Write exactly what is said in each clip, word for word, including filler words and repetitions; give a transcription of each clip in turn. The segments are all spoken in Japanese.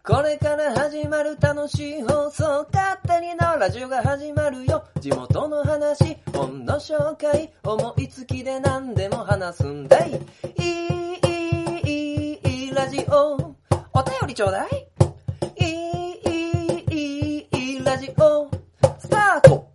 これから始まる楽しい放送、勝手にのラジオが始まるよ。地元の話、本の紹介、思いつきで何でも話すんだい。いい、いい、いい、ラジオ。お便りちょうだい。いい、いい、いい、ラジオ。スタート。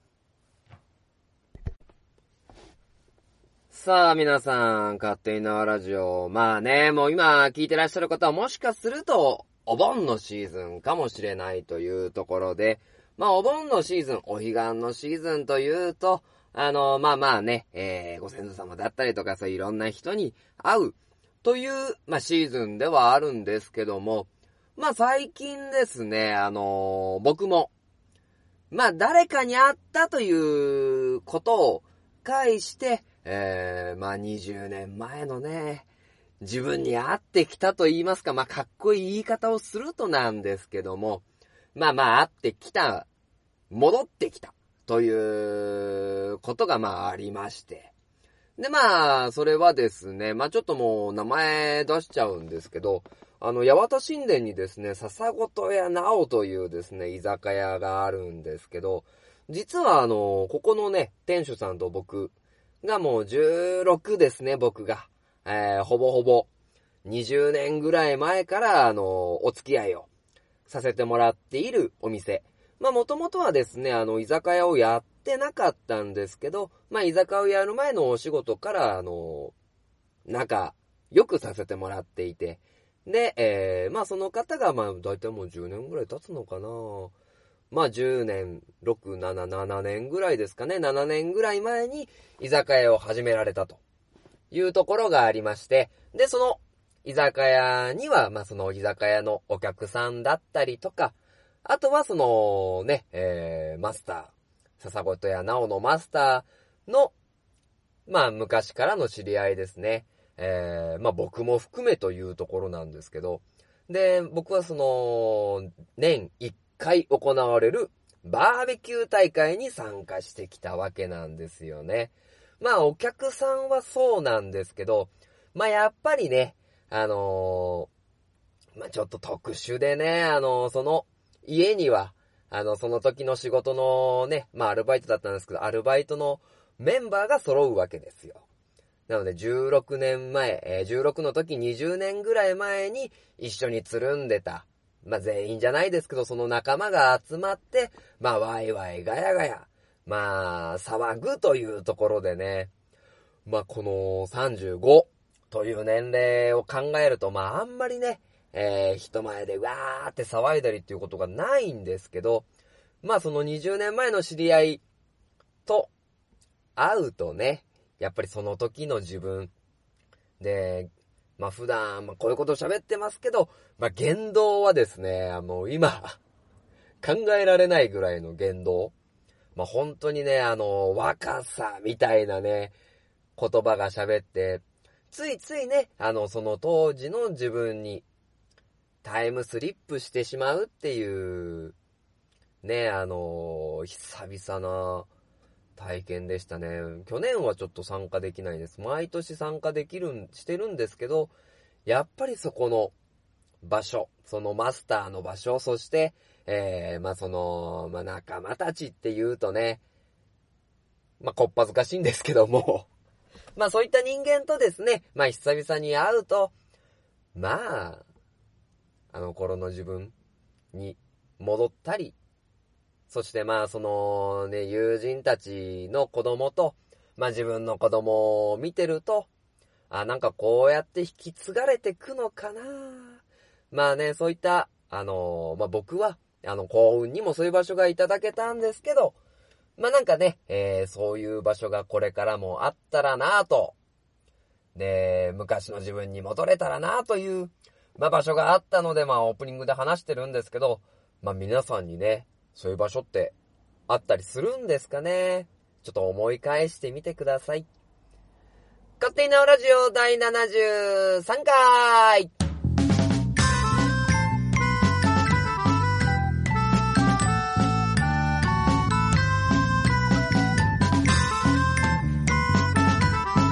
さあ皆さん、勝手にのラジオ。まあね、もう今聞いてらっしゃる方はもしかすると、お盆のシーズンかもしれないというところで、まあお盆のシーズン、お彼岸のシーズンというと、あの、まあまあね、えー、ご先祖様だったりとか、そういろんな人に会うという、まあシーズンではあるんですけども、まあ最近ですね、あのー、僕も、まあ誰かに会ったということを介して、えー、まあにじゅうねんまえのね、自分に合ってきたと言いますか、まあかっこいい言い方をするとなんですけども、まあまあ合ってきた、戻ってきたということがまあありまして。でまあ、それはですね、まあちょっともう名前出しちゃうんですけど、あの、八幡神殿にですね、笹本屋直というですね、居酒屋があるんですけど、実はあの、ここのね、店主さんと僕がもうじゅうろくですね、僕が。えー、ほぼほぼにじゅうねんぐらい前からあのお付き合いをさせてもらっているお店。まあもともとはですね、あの居酒屋をやってなかったんですけど、まあ居酒屋をやる前のお仕事からあの仲良くさせてもらっていて、で、えー、まあその方がまあだいたいもうじゅうねんぐらい経つのかな。まあじゅうねん、ろく、なな、ななねんぐらいですかね。ななねんぐらい前に居酒屋を始められたというところがありまして、で、その居酒屋には、まあ、その居酒屋のお客さんだったりとか、あとはそのね、えー、マスター、笹本屋直のマスターの、まあ、昔からの知り合いですね。えー、まあ、僕も含めというところなんですけど、で、僕はその、年いっかい行われるバーベキュー大会に参加してきたわけなんですよね。まあお客さんはそうなんですけど、まあやっぱりね、あのー、まあちょっと特殊でね、あのー、その家には、あの、その時の仕事のね、まあアルバイトだったんですけど、アルバイトのメンバーが揃うわけですよ。なのでじゅうろくねんまえ、えー、じゅうろくの時にじゅうねんぐらい前に一緒につるんでた、まあ全員じゃないですけど、その仲間が集まって、まあワイワイガヤガヤ、まあ、騒ぐというところでね、まあこのさんじゅうごという年齢を考えると、まああんまりね、えー、人前でわーって騒いだりっていうことがないんですけど、まあそのにじゅうねんまえの知り合いと会うとね、やっぱりその時の自分で、まあ普段、まあこういうこと喋ってますけど、まあ言動はですね、あの今考えられないぐらいの言動。まあ、本当にね、あの、若さみたいなね、言葉が喋って、ついついね、あの、その当時の自分にタイムスリップしてしまうっていう、ね、あの、久々な体験でしたね。去年はちょっと参加できないです。毎年参加できるん、してるんですけど、やっぱりそこの場所、そのマスターの場所、そして、えー、まあ、その、まあ、仲間たちって言うとね、まあ、こっぱずかしいんですけども、まあ、そういった人間とですね、まあ、久々に会うと、まあ、あの頃の自分に戻ったり、そしてまあ、そのね、友人たちの子供と、まあ、自分の子供を見てると、あ、なんかこうやって引き継がれてくのかな。まあね、そういった、あのー、まあ、僕は、あの、幸運にもそういう場所がいただけたんですけど、まあ、なんかね、えー、そういう場所がこれからもあったらなぁと、で、昔の自分に戻れたらなぁという、まあ、場所があったので、まあ、オープニングで話してるんですけど、まあ、皆さんにね、そういう場所ってあったりするんですかね。ちょっと思い返してみてください。勝手にのラジオだいななじゅうさんかい。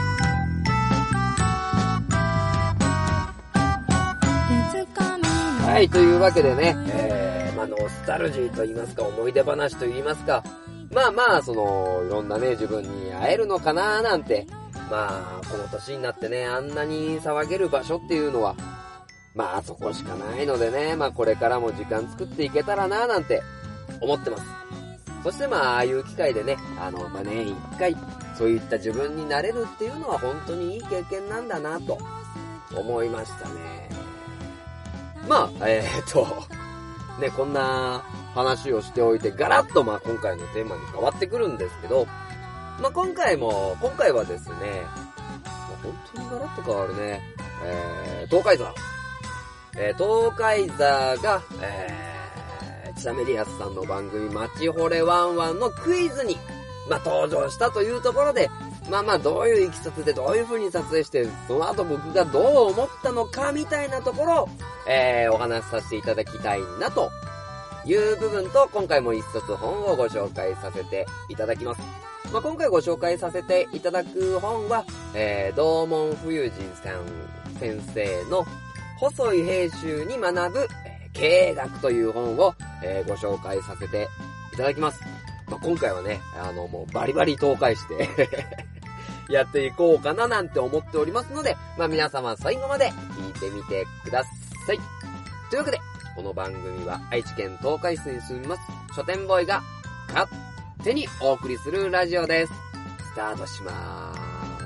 ははい、というわけでね、えー、まあ、ノスタルジーと言いますか、思い出話と言いますか、まあまあ、その、いろんなね、自分に会えるのかなーなんて、まあ、この年になってね、あんなに騒げる場所っていうのは、まあ、そこしかないのでね、まあ、これからも時間作っていけたらなーなんて思ってます。そしてまあ、ああいう機会でね、あの、まあ、年一回、そういった自分になれるっていうのは本当にいい経験なんだなと思いましたね。まあ、えー、っと、ね、こんな話をしておいて、ガラッとまあ今回のテーマに変わってくるんですけど、まあ今回も、今回はですね、まあ、本当にガラッと変わるね、えー、東海座。えー、東海座が、えー、チタメディアスさんの番組、マチホレワンワンのクイズに、まあ登場したというところで、まあまあどういういきさつでどういう風に撮影して、その後僕がどう思ったのかみたいなところを、えー、お話しさせていただきたいなという部分と、今回も一冊本をご紹介させていただきます。まあ今回ご紹介させていただく本は、えー、道門冬治さん先生の細い編集に学ぶ、えー、経営学という本を、えー、ご紹介させていただきます。まあ、今回はね、あのもうバリバリ倒壊してやっていこうかななんて思っておりますので、まあ皆様最後まで聞いてみてください。というわけで、この番組は愛知県東海市に住みます書店ボーイが勝手にお送りするラジオです。スタートしまーす。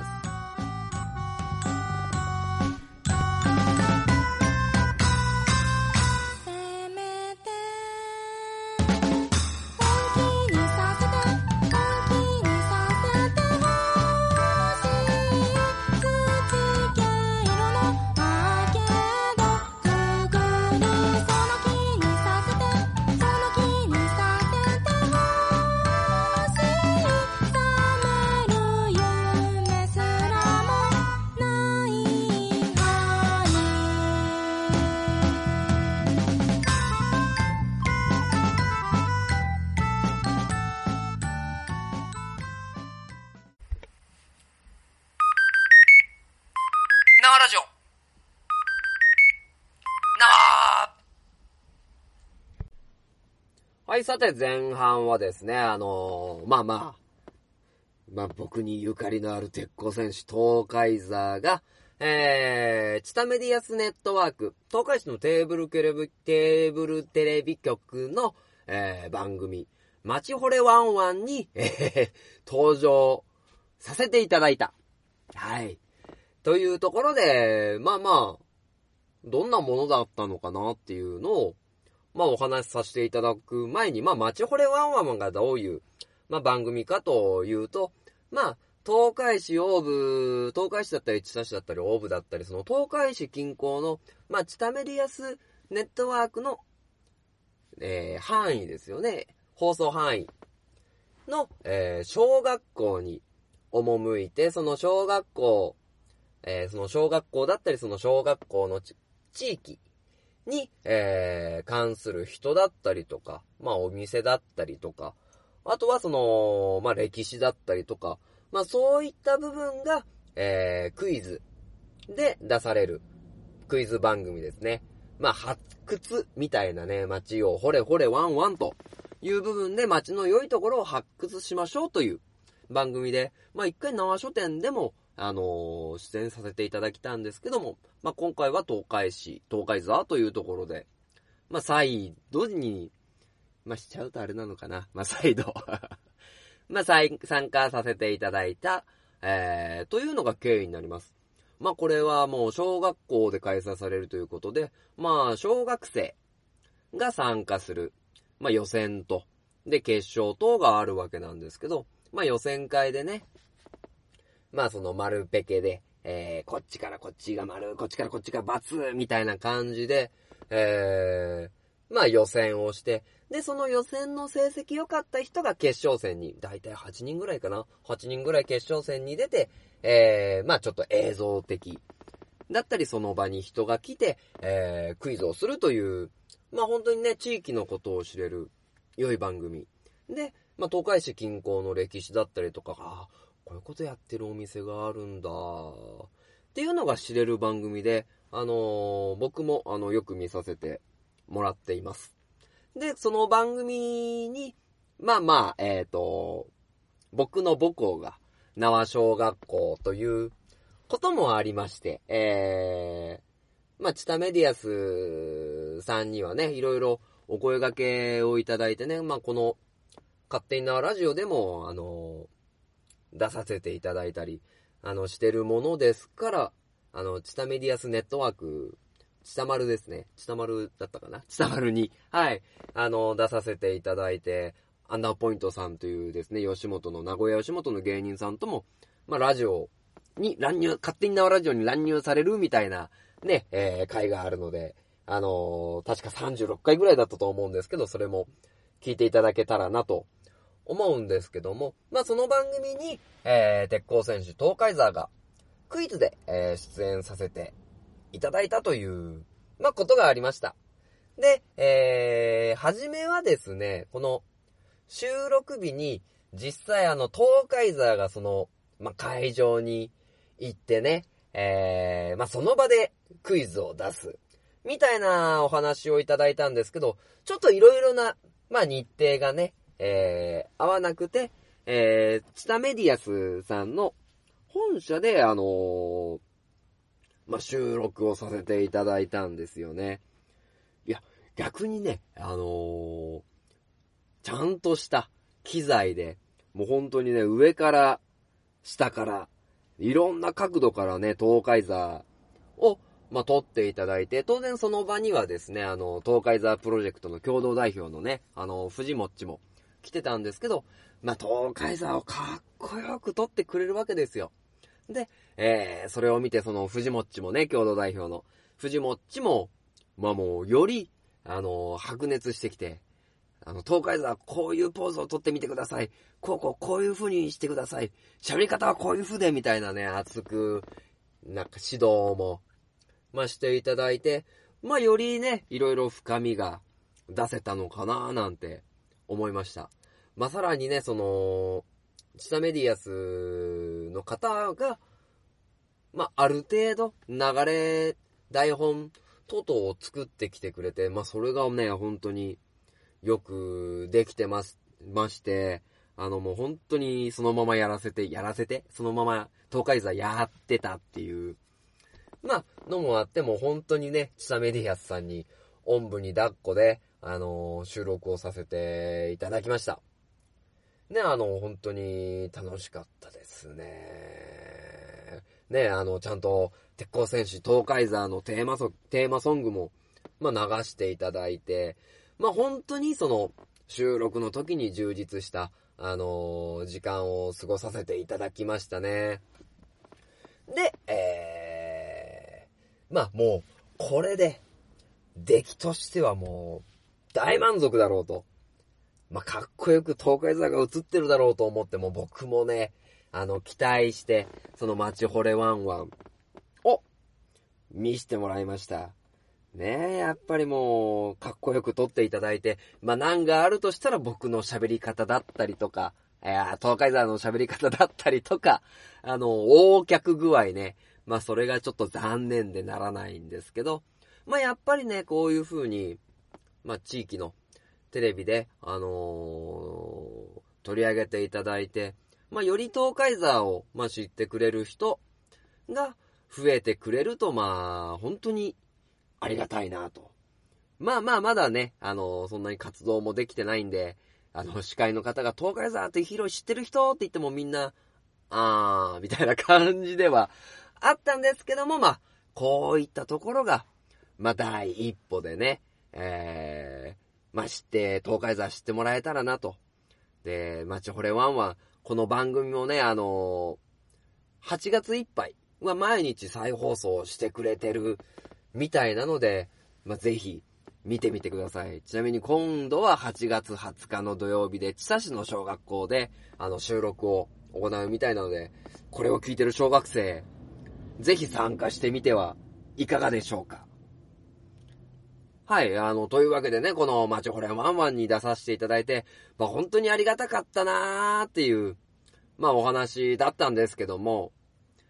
ラジオなーはい、さて前半はですね、あのー、まあまあ、まあ僕にゆかりのある鉄鋼戦士東海座が、えー、チタメディアスネットワーク、東海市のテーブルテレビ、テーブルテレビ局の、えー、番組、マチホレワンワンに、えー、登場させていただいた。はい。というところで、まあまあ、どんなものだったのかなっていうのを、まあお話しさせていただく前に、まあマチホレワンワンがどういう、まあ番組かというと、まあ、東海市大部、東海市だったり千葉市だったり大部だったり、その東海市近郊の、まあチタメディアスネットワークの、えー、範囲ですよね。放送範囲の、えー、小学校に赴いて、その小学校、えー、その小学校だったり、その小学校の地域に、えー、関する人だったりとか、まあお店だったりとか、あとはその、まあ歴史だったりとか、まあそういった部分が、えー、クイズで出されるクイズ番組ですね。まあ発掘みたいなね、街を掘れ掘れワンワンという部分で街の良いところを発掘しましょうという番組で、まあ一回縄書店でも、あのー、出演させていただきたんですけども、まあ今回は東海市、東海座というところで、まあ再度に、まあしちゃうとあれなのかな、まあ再度、まあ再参加させていただいた、えー、というのが経緯になります。まあこれはもう小学校で開催されるということで、まあ小学生が参加する、まあ予選と、で決勝等があるわけなんですけど、まあ予選会でね、まあその丸ペケで、えー、こっちからこっちが丸、こっちからこっちが×みたいな感じで、えー、まあ予選をして、で、その予選の成績良かった人が決勝戦に、だいたいはちにんぐらいかな ?はち 人ぐらい決勝戦に出て、えー、まあちょっと映像的だったりその場に人が来て、えー、クイズをするという、まあ本当にね、地域のことを知れる良い番組。で、まあ東海市近郊の歴史だったりとか、あこういうことやってるお店があるんだっていうのが知れる番組で、あのー、僕もあのよく見させてもらっています。で、その番組に、まあまあ、えっと、僕の母校が縄小学校ということもありまして、えー、まあ、チタメディアスさんにはね、いろいろお声掛けをいただいてね、まあ、この勝手に縄ラジオでも、あの、出させていただいたり、あの、してるものですから、あの、チタメディアスネットワーク、チタマルですね。チタマルだったかなチタマルに、はい、あの、出させていただいて、アンダーポイントさんというですね、吉本の、名古屋吉本の芸人さんとも、まあ、ラジオに乱入、勝手に縄ラジオに乱入されるみたいな、ね、えー、回があるので、あのー、確かさんじゅうろっかいぐらいだったと思うんですけど、それも聞いていただけたらなと思うんですけども、まあ、その番組に、えー、鉄鋼選手、東海沢がクイズで、えー、出演させていただいたという、まあ、ことがありました。で、えー、はじめはですね、この収録日に実際あの、東海沢がその、まあ、会場に行ってね、えー、まあ、その場でクイズを出す。みたいなお話をいただいたんですけど、ちょっといろいろな、まあ、日程がね、えー、合わなくて、えー、チタメディアスさんの本社で、あのー、まあ、収録をさせていただいたんですよね。いや、逆にね、あのー、ちゃんとした機材で、もう本当にね、上から下から、いろんな角度からね、東海座を、まあ、撮っていただいて、当然その場にはですね、あの、東海座プロジェクトの共同代表のね、あの、藤もっちも来てたんですけど、まあ、東海座をかっこよく撮ってくれるわけですよ。で、えー、それを見て、その藤もっちもね、共同代表の藤もっちも、まあもう、より、あの、白熱してきて、あの、東海座こういうポーズを撮ってみてください。こうこう、こういう風にしてください。喋り方はこういう風で、みたいなね、熱く、なんか指導も、まあ、していただいて、まあ、よりね、いろいろ深みが出せたのかななんて思いました。まあ、さらにね、その、チタメディアスの方が、まあ、ある程度、流れ、台本、等々を作ってきてくれて、まあ、それがね、本当によくできてます、まして、あの、もう本当にそのままやらせて、やらせて、そのまま東海座やってたっていう、まあ、のもあっても本当にね、チタメディアスさんに、おんぶに抱っこで、あのー、収録をさせていただきました。ね、あの、本当に楽しかったですね。ね、あの、ちゃんと、鉄鋼戦士東海座のテーマソ、テーマソングも、まあ、流していただいて、まあ、本当にその、収録の時に充実した、あのー、時間を過ごさせていただきましたね。で、えー、まあ、もう、これで、出来としてはもう、大満足だろうと。まあ、かっこよく東海座が映ってるだろうと思っても、僕もね、あの、期待して、その街惚れワンワンを見せてもらいました。ねえ、やっぱりもう、かっこよく撮っていただいて、まあ、難があるとしたら僕の喋り方だったりとか、いや、東海座の喋り方だったりとか、あの、横脚具合ね、まあ、それがちょっと残念でならないんですけど、まあ、やっぱりね、こういう風に、まあ、地域のテレビで、あのー、取り上げていただいて、まあ、より東海座を、まあ、知ってくれる人が増えてくれると、まあ、本当にありがたいなと。まあまあ、まだね、あのー、そんなに活動もできてないんで、あの、司会の方が東海座ってヒーロー知ってる人って言ってもみんな、あー、みたいな感じではあったんですけども、まあ、こういったところが、まあ、第一歩でね、えー、まあ、知って、東海座知ってもらえたらなと。で、街惚れワンは、この番組もね、あのー、はちがついっぱいは毎日再放送してくれてるみたいなので、まあ、ぜひ、見てみてください。ちなみに今度ははちがつはつかの土曜日で、千葉市の小学校で、あの、収録を行うみたいなので、これを聞いてる小学生、ぜひ参加してみてはいかがでしょうか。はい、あの、というわけでね、この街惚れワンワンに出させていただいて、まあ本当にありがたかったなーっていう、まあお話だったんですけども、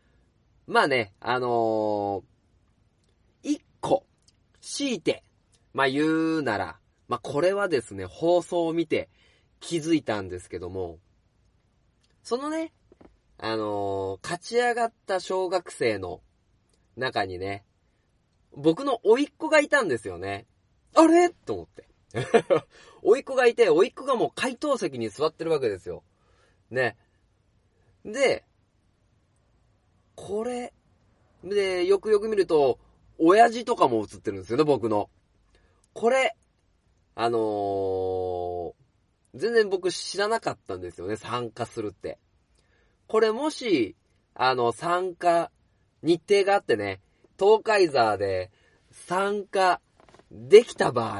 まあね、あのー、一個、強いて、 まあ言うなら、まあこれはですね、放送を見て気づいたんですけども、そのね、あのー、勝ち上がった小学生の中にね、僕の甥っ子がいたんですよね。あれと思って。甥っ子がいて、甥っ子がもう回答席に座ってるわけですよ。ね。で、これ、で、よくよく見ると、親父とかも映ってるんですよね、僕の。これ、あのー、全然僕知らなかったんですよね、参加するって。これもし、あの、参加、日程があってね、東海座で参加できた場合、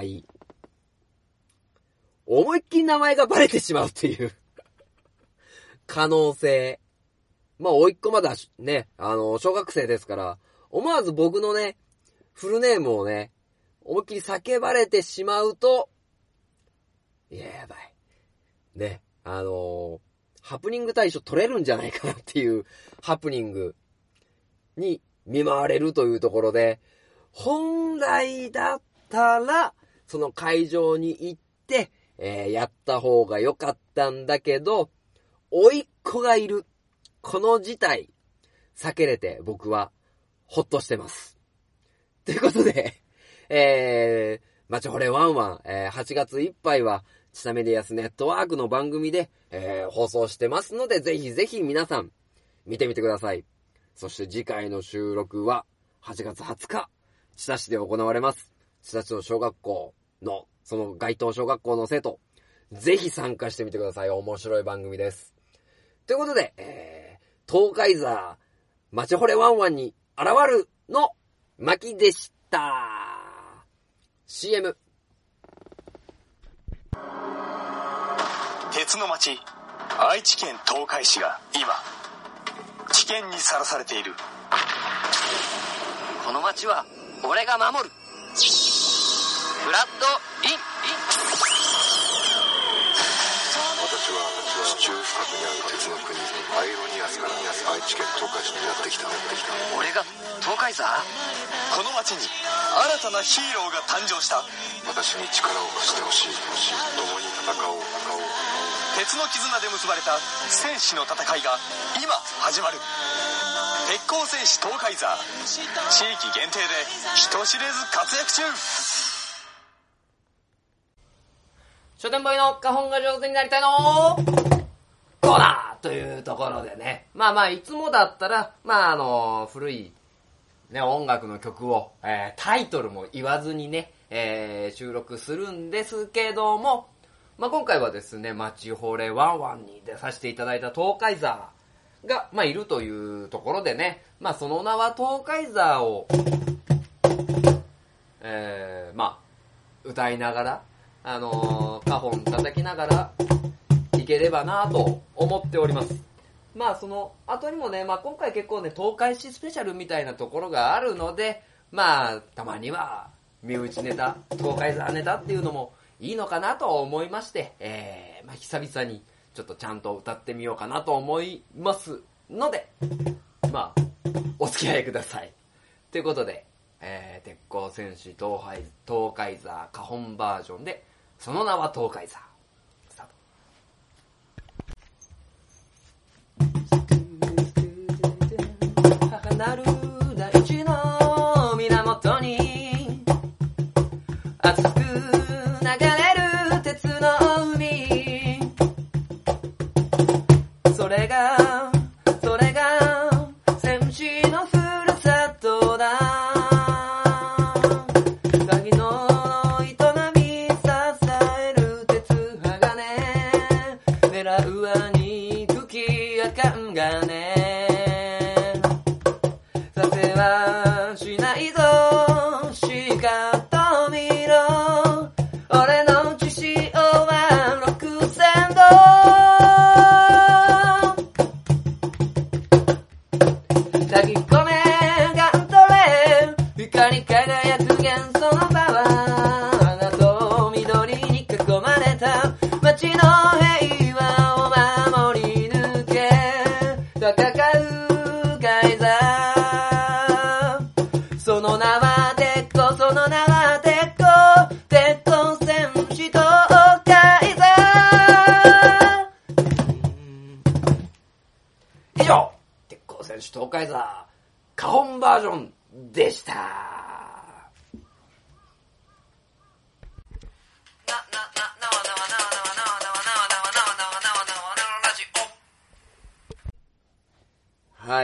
思いっきり名前がバレてしまうっていう可能性。まあ、甥っ子まだね、あの、小学生ですから、思わず僕のね、フルネームをね、思いっきり叫ばれてしまうと、いや、やばい。ね、あのー、ハプニング対処取れるんじゃないかなっていうハプニングに見舞われるというところで、本来だったら、その会場に行って、えー、やった方が良かったんだけど、甥っ子がいる。この事態、避けれて僕はほっとしてます。ということで、えー、マチホレワンワン、えー、はちがついっぱいは、チタメディアスネットワークの番組で、えー、放送してますので、ぜひぜひ皆さん、見てみてください。そして次回の収録は、はちがつはつか、千田市で行われます。千田市の小学校の、その該当小学校の生徒、ぜひ参加してみてください。面白い番組です。ということで、えー、東海座、マチホレワンワンに現るの巻でした。シーエム。 鉄の町、愛知県東海市が今、危険にさらされている。 この町は俺が守る。フラッドイン。 私は地中深くにある鉄の国アイロニアスから愛知県東海市にやってきた。 俺が東海座？ この町に新たなヒーローが誕生した。 私に力を貸してほしい。共に戦おう。 鉄の絆で結ばれた戦士の戦いが今始まる。鉄鋼戦士東海座、地域限定で人知れず活躍中。 書店ボーイの花本が上手になりたいのコーナーというところでね、まあまあいつもだったら、まああの古いね音楽の曲を、えー、タイトルも言わずにね、えー、収録するんですけども、まあ今回はですね、マチホレワンワンに出させていただいた東海座が、まあいるというところでね、まあその名は東海座を、えー、まあ歌いながら、あのー、カホン叩きながらいければなと思っております。まあその後にもね、まあ今回結構ね、東海市スペシャルみたいなところがあるので、まあたまには身内ネタ、東海座ネタっていうのもいいのかなと思いまして、えー、まあ久々にちょっとちゃんと歌ってみようかなと思いますので、まあお付き合いください。ということで、えー、鉄鋼戦士東海東海座花本バージョンで、その名は東海座。スタート。母なる大地の源に熱く流れる鉄の海、それがそれが戦士のふるさとだ。鍵の上に茎あかんがね、させはしないぞしかと見ろ、俺の血潮はろくせんど、たぎ込めガントレ光り輝く元素のパワー、花と緑に囲まれた街の平和、その名は鉄鋼、その名は鉄鋼、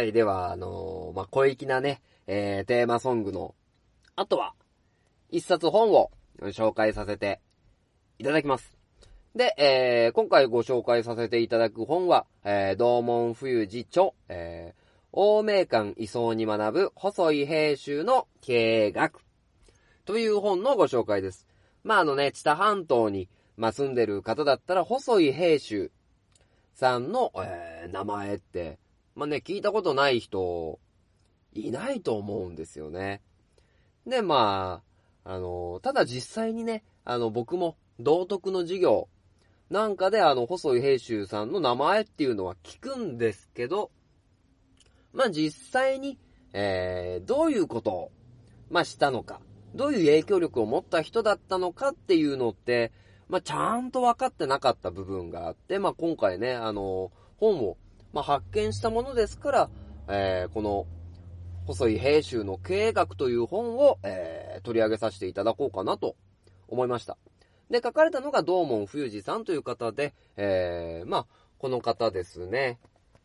回では、あのー、まあ、小粋なね、えー、テーマソングの、あとは、一冊本を紹介させていただきます。で、えー、今回ご紹介させていただく本は、えー、道門冬治著、えー、欧米館位相に学ぶ細井平州の経営学という本のご紹介です。まあ、あのね、知多半島に、まあ、住んでる方だったら、細井平州さんの、えー、名前って、まあね、聞いたことない人、いないと思うんですよね。で、まあ、あの、ただ実際にね、あの、僕も道徳の授業なんかで、あの、細井平州さんの名前っていうのは聞くんですけど、まあ実際に、えー、どういうことを、まあしたのか、どういう影響力を持った人だったのかっていうのって、まあちゃんと分かってなかった部分があって、まあ今回ね、あの、本を、まあ、発見したものですから、えー、この、細井平州の経営学という本を、えー、取り上げさせていただこうかなと思いました。で、書かれたのが道門冬治さんという方で、えー、まあ、この方ですね。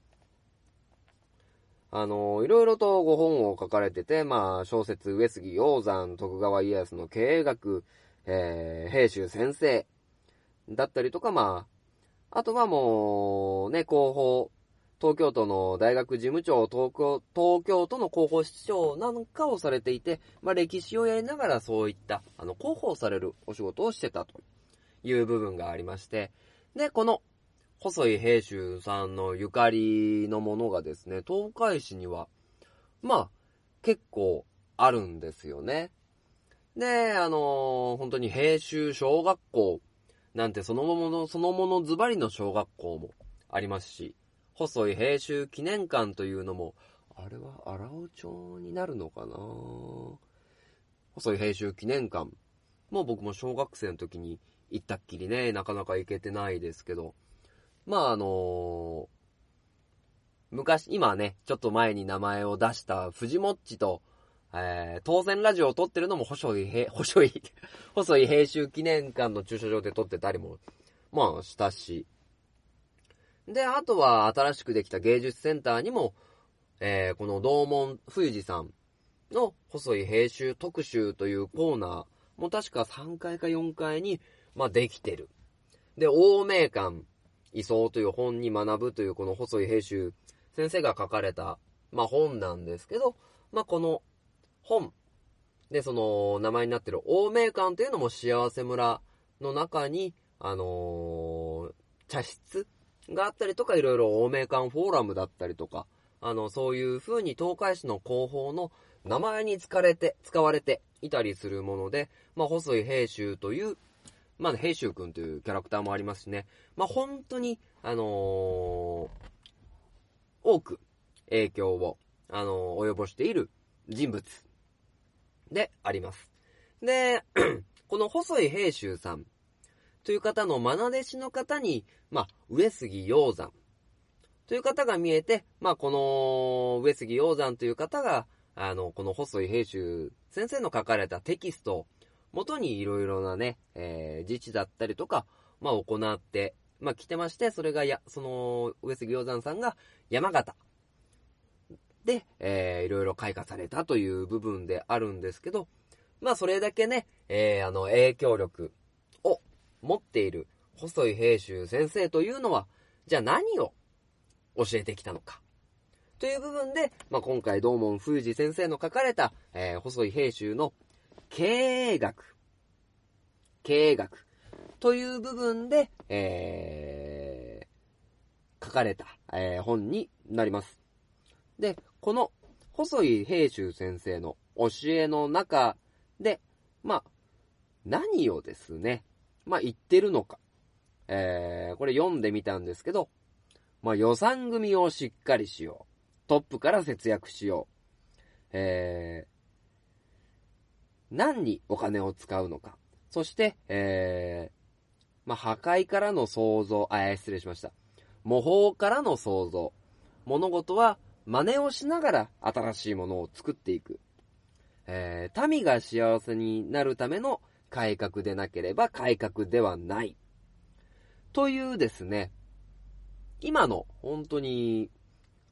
あの、いろいろとご本を書かれてて、まあ、小説、上杉鷹山、徳川家康の経営学、えー、平州先生だったりとか、まあ、あとはもう、ね、広報、東京都の大学事務長、東京、東京都の広報室長なんかをされていて、まあ歴史をやりながらそういった、あの、広報されるお仕事をしてたという部分がありまして、で、この、細井平州さんのゆかりのものがですね、東海市には、まあ、結構あるんですよね。で、あのー、本当に平州小学校なんてそのもの、そのものズバリの小学校もありますし、細井平州記念館というのも、あれは荒尾町になるのかな？細井平州記念館。もう僕も小学生の時に行ったっきりね、なかなか行けてないですけど、まああのー、昔、今ね、ちょっと前に名前を出した藤もっちと、えー、当選ラジオを撮ってるのも細井平、細井、細井平州記念館の駐車場で撮ってたりも、まあしたし、で、あとは新しくできた芸術センターにも、えー、この道門冬治さんの細井平州特集というコーナーも確かさんがいかよんがいに、まあ、できてる。で、欧米館位相という本に学ぶというこの細井平州先生が書かれた、まあ、本なんですけど、まあ、この本でその名前になってる欧米館というのも幸せ村の中に、あのー、茶室があったりとか、いろいろ欧米館フォーラムだったりとか、あの、そういう風に東海市の広報の名前に使われて、使われていたりするもので、まあ、細井平州という、まあ、平州くんというキャラクターもありますしね、まあ、本当に、あのー、多く影響を、あのー、及ぼしている人物であります。で、この細井平州さんという方の愛弟子の方に、まあ、上杉鷹山という方が見えて、まあ、この上杉鷹山という方が、あの、この細井平州先生の書かれたテキストを元にいろいろなね、えー、自治だったりとか、まあ、行って、まあ、来てまして、それがや、その、上杉鷹山さんが山形で、えー、いろいろ開花されたという部分であるんですけど、まあ、それだけね、えー、あの、影響力を持っている細井平州先生というのは、じゃあ何を教えてきたのかという部分で、まあ、今回道門冬治先生の書かれた、えー、細井平州の経営学経営学という部分で、えー、書かれた、えー、本になります。で、この細井平州先生の教えの中で、まあ、何をですね、まあ、言ってるのか、えー、これ読んでみたんですけど、まあ、予算組をしっかりしよう。トップから節約しよう。えー、何にお金を使うのか。そして、えー、まあ、破壊からの創造、あ、失礼しました。模倣からの創造。物事は真似をしながら新しいものを作っていく。えー、民が幸せになるための改革でなければ改革ではない。というですね、今の本当に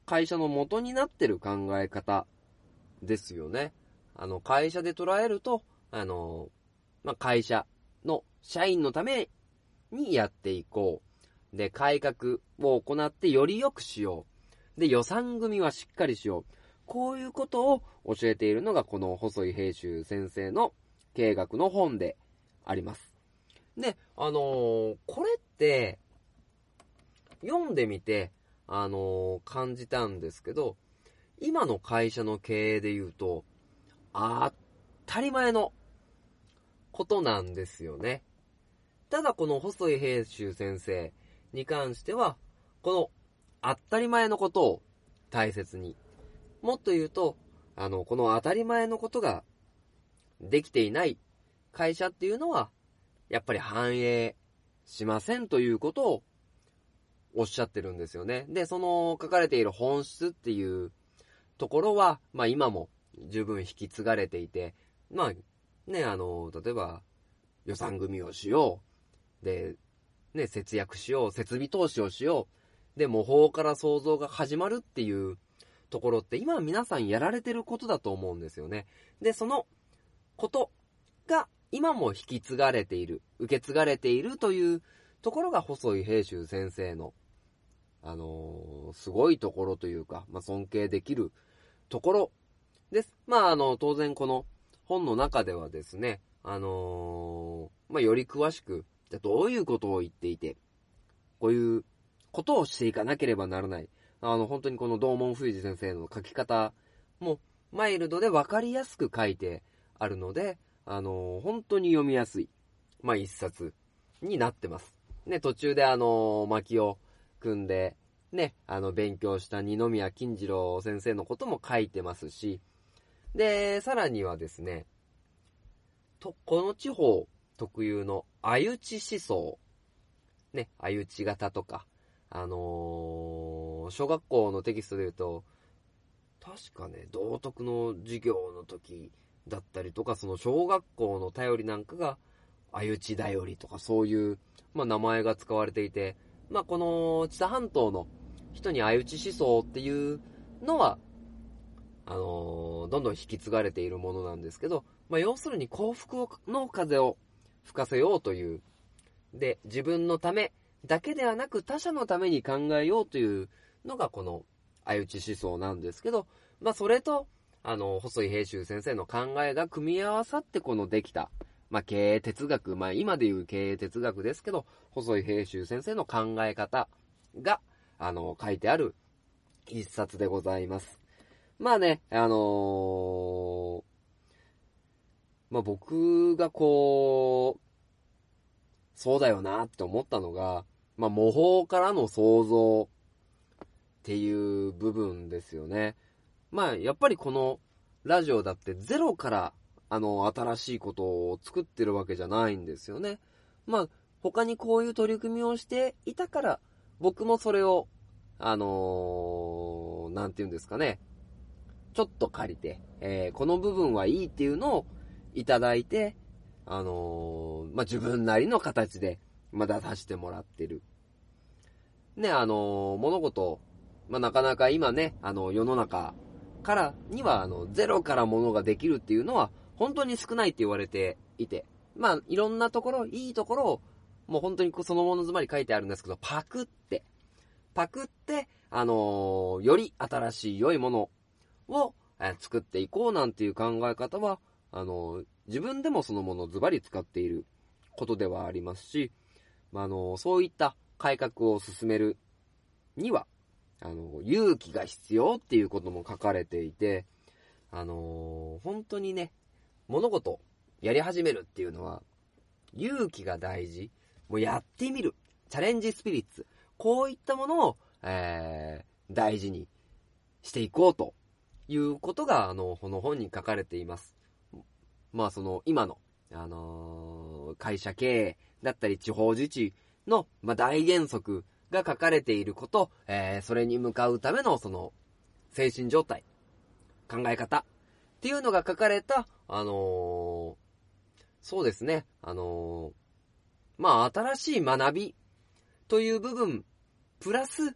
会社の元になってる考え方ですよね。あの、会社で捉えると、あの、まあ、会社の社員のためにやっていこう。で、改革を行ってより良くしよう。で、予算組はしっかりしよう。こういうことを教えているのがこの細井平州先生の経営学の本であります。で、あのー、これって読んでみて、あのー、感じたんですけど、今の会社の経営で言うと、当たり前のことなんですよね。ただこの細井平州先生に関しては、この当たり前のことを大切に、もっと言うと、あの、この当たり前のことができていない会社っていうのは、やっぱり反映しませんということをおっしゃってるんですよね。で、その書かれている本質っていうところは、まあ今も十分引き継がれていて、まあね、あの、例えば予算組をしよう。で、ね、節約しよう。設備投資をしよう。で、模倣から創造が始まるっていうところって今皆さんやられてることだと思うんですよね。で、そのことが今も引き継がれている、受け継がれているというところが細井平州先生のあのー、すごいところというか、まあ、尊敬できるところです。まあ、あの、当然この本の中ではですね、あのー、まあ、より詳しく、じゃどういうことを言っていて、こういうことをしていかなければならない。あの、本当にこの道門冬治先生の書き方も、マイルドで分かりやすく書いてあるので、あのー、本当に読みやすい、まあ、一冊になってます。ね、途中であのー、巻を組んで、ね、あの、勉強した二宮金次郎先生のことも書いてますし、で、さらにはですね、と、この地方特有の相打ち思想、ね、相打ち型とか、あのー、小学校のテキストで言うと、確かね、道徳の授業の時だったりとか、その小学校の頼りなんかが、相打ち頼りとかそういう、まあ、名前が使われていて、まあ、この知多半島の人に相打ち思想っていうのは、あのー、どんどん引き継がれているものなんですけど、まあ、要するに幸福の風を吹かせようという、で、自分のためだけではなく他者のために考えようというのがこの相打ち思想なんですけど、まあ、それと、あの、細井平州先生の考えが組み合わさってこのできた、まあ、経営哲学、まあ、今でいう経営哲学ですけど、細井平州先生の考え方が、あの、書いてある一冊でございます。まあね、あのー、まあ、僕がこう、そうだよなって思ったのが、まあ、模倣からの創造っていう部分ですよね。まあ、やっぱりこのラジオだってゼロからあの、新しいことを作ってるわけじゃないんですよね。まあ、他にこういう取り組みをしていたから、僕もそれを、あのー、なんて言うんですかね。ちょっと借りて、えー、この部分はいいっていうのをいただいて、あのー、まあ、自分なりの形で、まだ出してもらってる。ね、あのー、物事、まあ、なかなか今ね、あの、世の中からには、あの、ゼロから物ができるっていうのは、本当に少ないって言われていて、まあ、いろんなところ、いいところを、もう本当にそのものづまり書いてあるんですけど、パクって、パクって、あのー、より新しい良いものを、えー、作っていこうなんていう考え方は、あのー、自分でもそのものをズバリ使っていることではありますし、まあ、あのー、そういった改革を進めるには、あのー、勇気が必要っていうことも書かれていて、あのー、本当にね、物事やり始めるっていうのは勇気が大事。もうやってみる。チャレンジスピリッツ。こういったものを、えー、大事にしていこうということが、あの、この本に書かれています。まあその今の、あのー、会社経営だったり地方自治の、まあ、大原則が書かれていること、えー、それに向かうためのその精神状態、考え方っていうのが書かれた、あのー、そうですね、あのー、まあ新しい学びという部分プラス、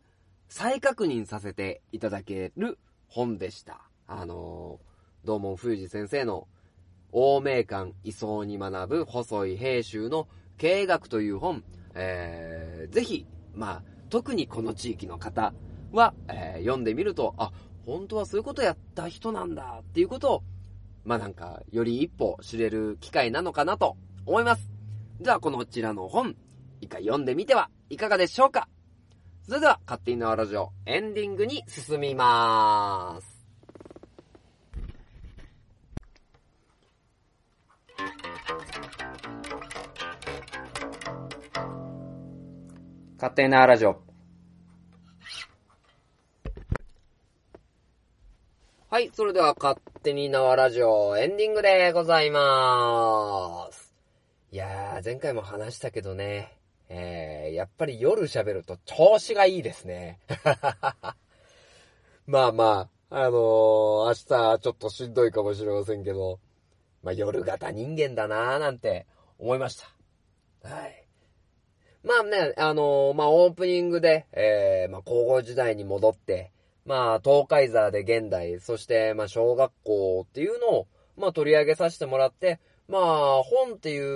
再確認させていただける本でした。あのー、道門冬治先生の欧米館位相に学ぶ細井平州の経営学という本、えー、ぜひ、まあ、特にこの地域の方は、えー、読んでみると、あ、本当はそういうことやった人なんだっていうことを、まあなんか、より一歩知れる機会なのかなと思います。では、こちらの本、一回読んでみてはいかがでしょうか。それでは、勝手に縄ラジオエンディングに進みまーす。勝手に縄ラジオ。はい、それでは勝手に縄ラジオエンディングでございまーす。いやー、前回も話したけどね、えー、やっぱり夜喋ると調子がいいですね。まあまあ、あのー、明日ちょっとしんどいかもしれませんけど、まあ夜型人間だなーなんて思いました。はい。まあね、あのー、まあオープニングで、えー、まあ高校時代に戻って、まあ東海座で現代、そしてまあ小学校っていうのを、まあ取り上げさせてもらって、まあ本っていう、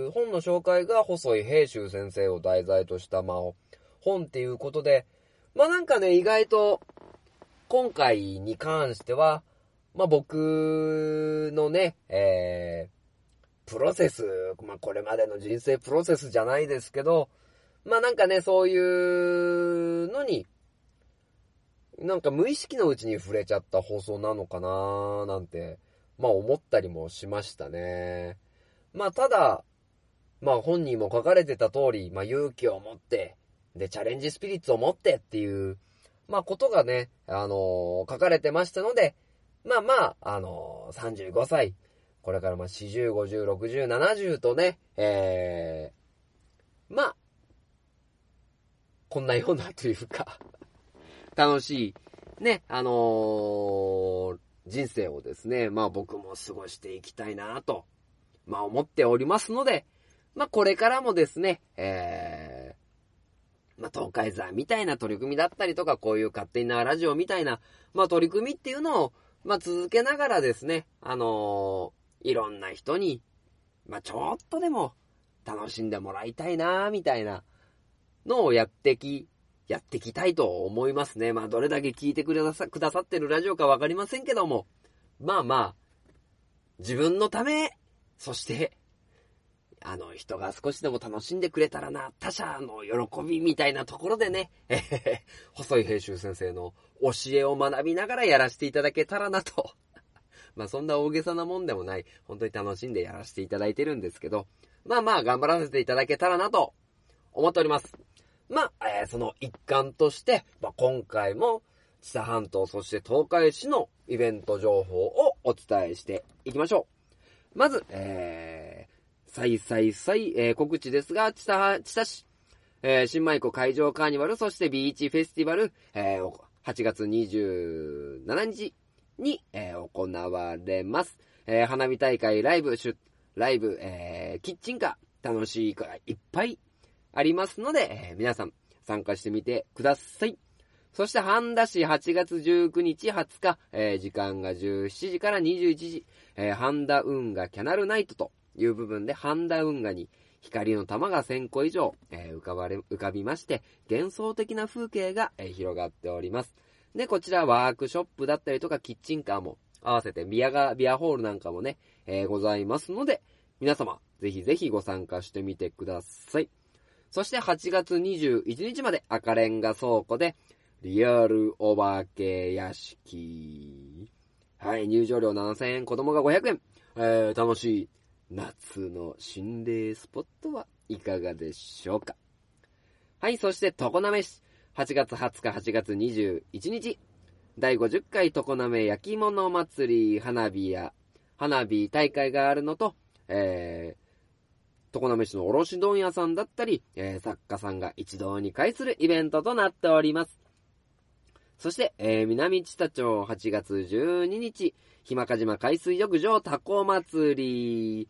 本の紹介が細井平州先生を題材としたまあ本っていうことで、まあなんかね、意外と今回に関しては、まあ僕のね、えー、プロセス、まあこれまでの人生プロセスじゃないですけど、まあなんかね、そういうのに、なんか無意識のうちに触れちゃった放送なのかなーなんて、まあ思ったりもしましたね。まあただ、まあ本人も書かれてた通り、まあ勇気を持って、でチャレンジスピリッツを持ってっていう、まあことがね、あのー、書かれてましたので、まあまあ、あのー、さんじゅうごさい、これからまあよんじゅう、ごじゅう、ろくじゅう、ななじゅうとね、えー、まあ、こんなようなというか、楽しい、ね、あのー、人生をですね、まあ僕も過ごしていきたいなと、まあ思っておりますので、まあこれからもですね、えー、まあ東海座みたいな取り組みだったりとか、こういう勝手になラジオみたいな、まあ取り組みっていうのを、まあ続けながらですね、あのー、いろんな人に、まあちょっとでも楽しんでもらいたいなみたいなのをやってき、やっていきたいと思いますね。まあどれだけ聞いてくださ、くださってるラジオかわかりませんけども、まあまあ、自分のため、そして、あの人が少しでも楽しんでくれたらな、他者の喜びみたいなところでね、えへへ細井平州先生の教えを学びながらやらせていただけたらなと。まあそんな大げさなもんでもない、本当に楽しんでやらせていただいてるんですけど、まあまあ頑張らせていただけたらなと思っております。まあ、えー、その一環として、まあ、今回も知多半島そして東海市のイベント情報をお伝えしていきましょう。まず、えー、再再再、えー、告知ですが、知多、知多市、えー、新舞子海上カーニバル、そしてビーチフェスティバル、えー、はちがつにじゅうしちにちに、えー、行われます。えー、花火大会、ライブ、ライブ、えー、キッチンカー、楽しいからいっぱいありますので、えー、皆さん参加してみてください。そして半田市はちがつじゅうくにちはつか、えー、時間がじゅうしちじからにじゅういちじ、えー、半田運河キャナルナイトという部分で半田運河に光の玉がせんこ以上、えー、浮かばれ、浮かびまして、幻想的な風景が、えー、広がっております。で、こちらワークショップだったりとかキッチンカーも合わせてビアが、ビアホールなんかもね、えー、ございますので、皆様、ぜひぜひご参加してみてください。そしてはちがつにじゅういちにちまで赤レンガ倉庫でリアルお化け屋敷。はい、入場料ななせんえん、子供がごひゃくえん。えー、楽しい夏の心霊スポットはいかがでしょうか。はい、そして常滑市。はちがつはつか、はちがつにじゅういちにち。だいごじゅっかい常滑焼き物祭り花火や花火大会があるのと、えー、常滑市の卸問屋さんだったり、えー、作家さんが一堂に会するイベントとなっております。そして、えー、南知多町はちがつじゅうににち、日間賀島海水浴場タコ祭り。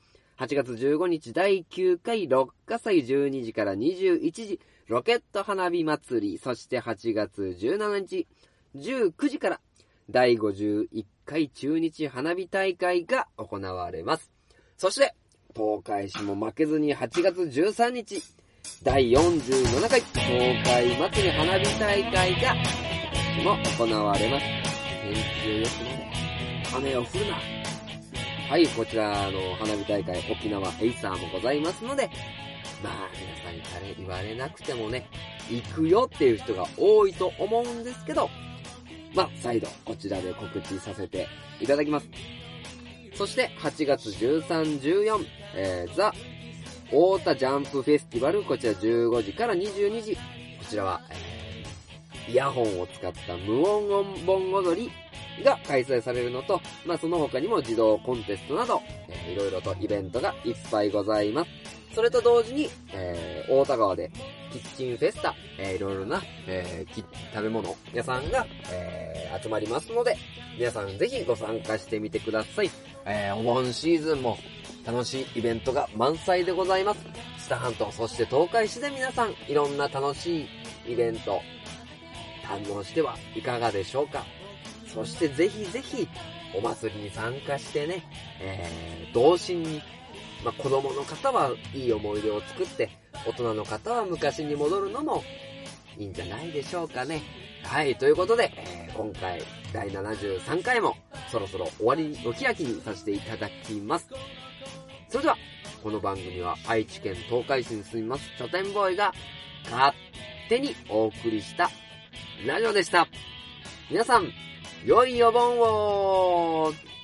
はちがつじゅうごにちだいきゅうかい六花祭じゅうにじからにじゅういちじロケット花火祭り、そしてはちがつじゅうしちにちじゅうくじからだいごじゅういっかい中日花火大会が行われます。そして東海市も負けずにはちがつじゅうさんにちだいよんじゅうななかい東海祭り花火大会が今年も行われます。天気をよくなれ、雨を降るな。はい、こちらの花火大会沖縄エイサーもございますので、まあ皆さんに彼言われなくてもね、行くよっていう人が多いと思うんですけど、まあ再度こちらで告知させていただきます。そしてはちがつじゅうさん、じゅうよん、えー、ザ・太田ジャンプフェスティバル、こちらじゅうごじからにじゅうにじ、こちらは、えー、イヤホンを使った無音音盆踊りが開催されるのと、まあその他にも自動コンテストなど、えー、いろいろとイベントがいっぱいございます。それと同時に、えー、大田川でキッチンフェスタ、えー、いろいろな、えー、食べ物屋さんが、えー、集まりますので、皆さんぜひご参加してみてください。えー、お盆シーズンも楽しいイベントが満載でございます。知多半島、そして東海市で皆さんいろんな楽しいイベント堪能してはいかがでしょうか。そしてぜひぜひお祭りに参加してね、えー、童心に、まあ、子供の方はいい思い出を作って、大人の方は昔に戻るのもいいんじゃないでしょうかね。はい、ということで、えー、今回だいななじゅうさんかいもそろそろ終わりのきやきにさせていただきます。それではこの番組は愛知県東海市に住みます書店ボーイが勝手にお送りしたラジオでした。皆さん良いお盆を。